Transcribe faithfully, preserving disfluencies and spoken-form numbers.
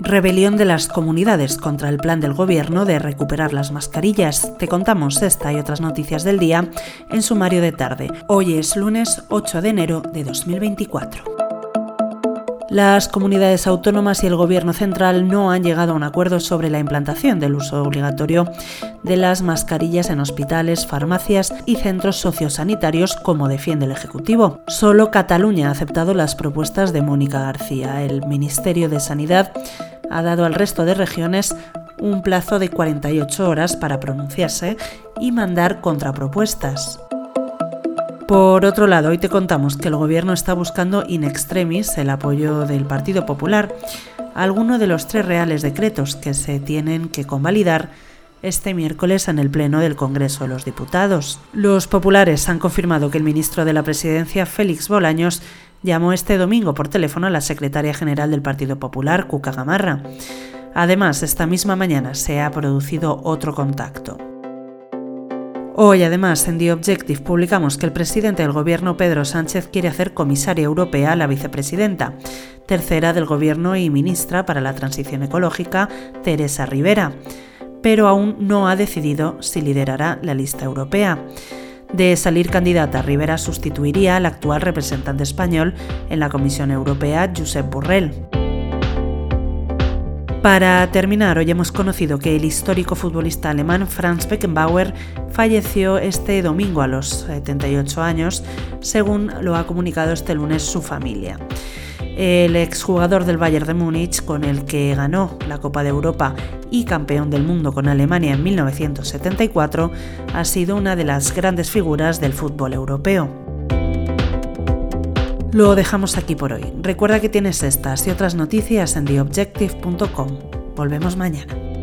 Rebelión de las comunidades contra el plan del gobierno de recuperar las mascarillas. Te contamos esta y otras noticias del día en Sumario de Tarde. Hoy es lunes ocho de enero de dos mil veinticuatro. Las comunidades autónomas y el Gobierno central no han llegado a un acuerdo sobre la implantación del uso obligatorio de las mascarillas en hospitales, farmacias y centros sociosanitarios, como defiende el Ejecutivo. Solo Cataluña ha aceptado las propuestas de Mónica García. El Ministerio de Sanidad ha dado al resto de regiones un plazo de cuarenta y ocho horas para pronunciarse y mandar contrapropuestas. Por otro lado, hoy te contamos que el Gobierno está buscando in extremis el apoyo del Partido Popular a alguno de los tres reales decretos que se tienen que convalidar este miércoles en el Pleno del Congreso de los Diputados. Los populares han confirmado que el ministro de la Presidencia, Félix Bolaños, llamó este domingo por teléfono a la secretaria general del Partido Popular, Cuca Gamarra. Además, esta misma mañana se ha producido otro contacto. Hoy, además, en The Objective publicamos que el presidente del Gobierno, Pedro Sánchez, quiere hacer comisaria europea a la vicepresidenta, tercera del Gobierno y ministra para la Transición Ecológica, Teresa Rivera, pero aún no ha decidido si liderará la lista europea. De salir candidata, Rivera sustituiría al actual representante español en la Comisión Europea, Josep Borrell. Para terminar, hoy hemos conocido que el histórico futbolista alemán Franz Beckenbauer falleció este domingo a los setenta y ocho años, según lo ha comunicado este lunes su familia. El exjugador del Bayern de Múnich, con el que ganó la Copa de Europa y campeón del mundo con Alemania en mil novecientos setenta y cuatro, ha sido una de las grandes figuras del fútbol europeo. Lo dejamos aquí por hoy. Recuerda que tienes estas y otras noticias en the objective punto com. Volvemos mañana.